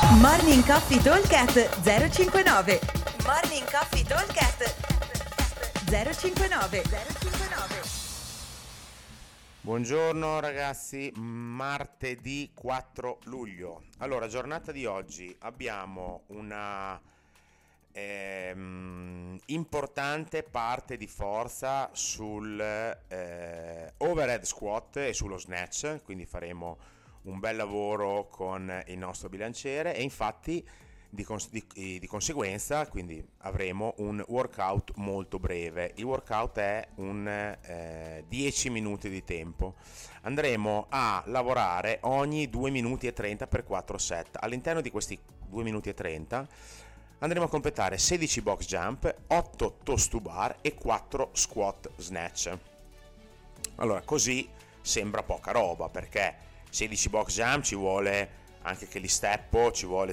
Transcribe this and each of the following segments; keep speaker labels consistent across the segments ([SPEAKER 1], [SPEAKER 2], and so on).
[SPEAKER 1] Morning Coffee Talkcast 059. Morning Coffee Talkcast 059.
[SPEAKER 2] Buongiorno ragazzi, martedì 4 luglio. Allora, giornata di oggi abbiamo una importante parte di forza sul overhead squat e sullo snatch, quindi faremo un bel lavoro con il nostro bilanciere e infatti di conseguenza quindi avremo un workout molto breve. Il workout è un 10 minuti di tempo. Andremo a lavorare ogni 2 minuti e 30 per 4 set. All'interno di questi 2 minuti e 30 andremo a completare 16 box jump, 8 toes to bar e 4 squat snatch. Allora, così sembra poca roba, perché 16 box jump ci vuole, anche che li steppo, ci vuole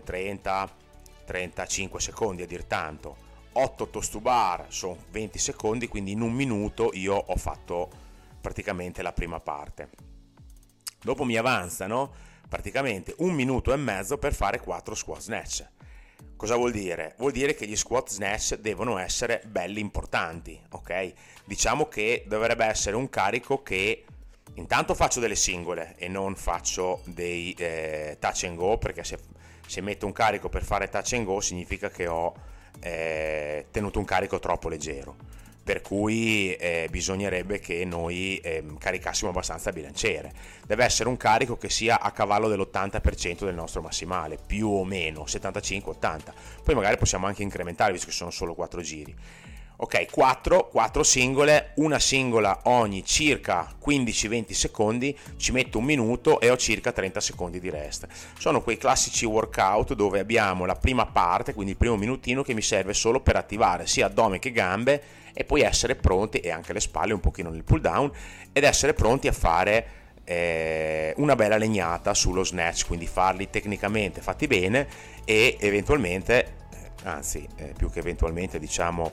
[SPEAKER 2] 30-35 secondi a dir tanto. 8 toes to bar sono 20 secondi, quindi in un minuto io ho fatto praticamente la prima parte. Dopo mi avanzano praticamente 1 minuto e mezzo per fare 4 squat snatch. Cosa vuol dire? Vuol dire che gli squat snatch devono essere belli importanti, ok? Diciamo che dovrebbe essere un carico che intanto faccio delle singole e non faccio dei touch and go, perché se metto un carico per fare touch and go significa che ho tenuto un carico troppo leggero, per cui bisognerebbe che noi caricassimo abbastanza il bilanciere. Deve essere un carico che sia a cavallo dell'80% del nostro massimale, più o meno 75-80, poi magari possiamo anche incrementare visto che sono solo 4 giri. Ok, 4 singole, una singola ogni circa 15-20 secondi, ci metto un minuto e ho circa 30 secondi di rest. Sono quei classici workout dove abbiamo la prima parte, quindi il primo minutino, che mi serve solo per attivare sia addome che gambe e poi essere pronti, e anche le spalle un pochino nel pull down, ed essere pronti a fare una bella legnata sullo snatch, quindi farli tecnicamente fatti bene e eventualmente, anzi più che eventualmente diciamo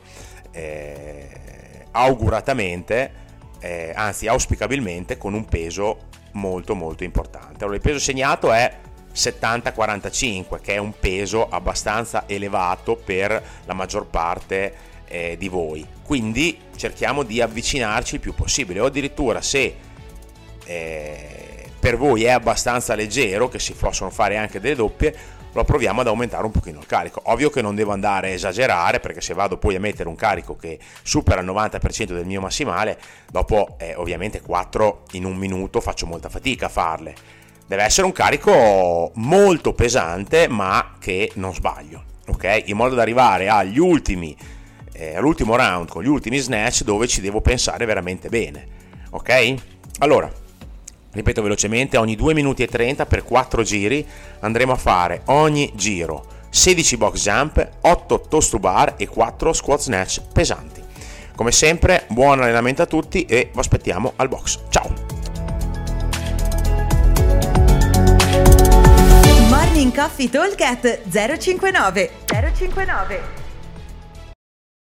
[SPEAKER 2] auguratamente, anzi auspicabilmente, con un peso molto molto importante. Allora, il peso segnato è 70-45, che è un peso abbastanza elevato per la maggior parte di voi, quindi cerchiamo di avvicinarci il più possibile, o addirittura se per voi è abbastanza leggero, che si possono fare anche delle doppie, lo proviamo ad aumentare un pochino il carico. Ovvio che non devo andare a esagerare, perché se vado poi a mettere un carico che supera il 90% del mio massimale, dopo ovviamente 4 in un minuto faccio molta fatica a farle. Deve essere un carico molto pesante, ma che non sbaglio, ok? In modo da arrivare agli ultimi all'ultimo round con gli ultimi snatch, dove ci devo pensare veramente bene, ok? Allora, ripeto velocemente, ogni 2 minuti e 30 per 4 giri andremo a fare ogni giro 16 box jump, 8 toes to bar e 4 squat snatch pesanti. Come sempre, buon allenamento a tutti e vi aspettiamo al box. Ciao!
[SPEAKER 1] Morning Coffee Talkcast 059.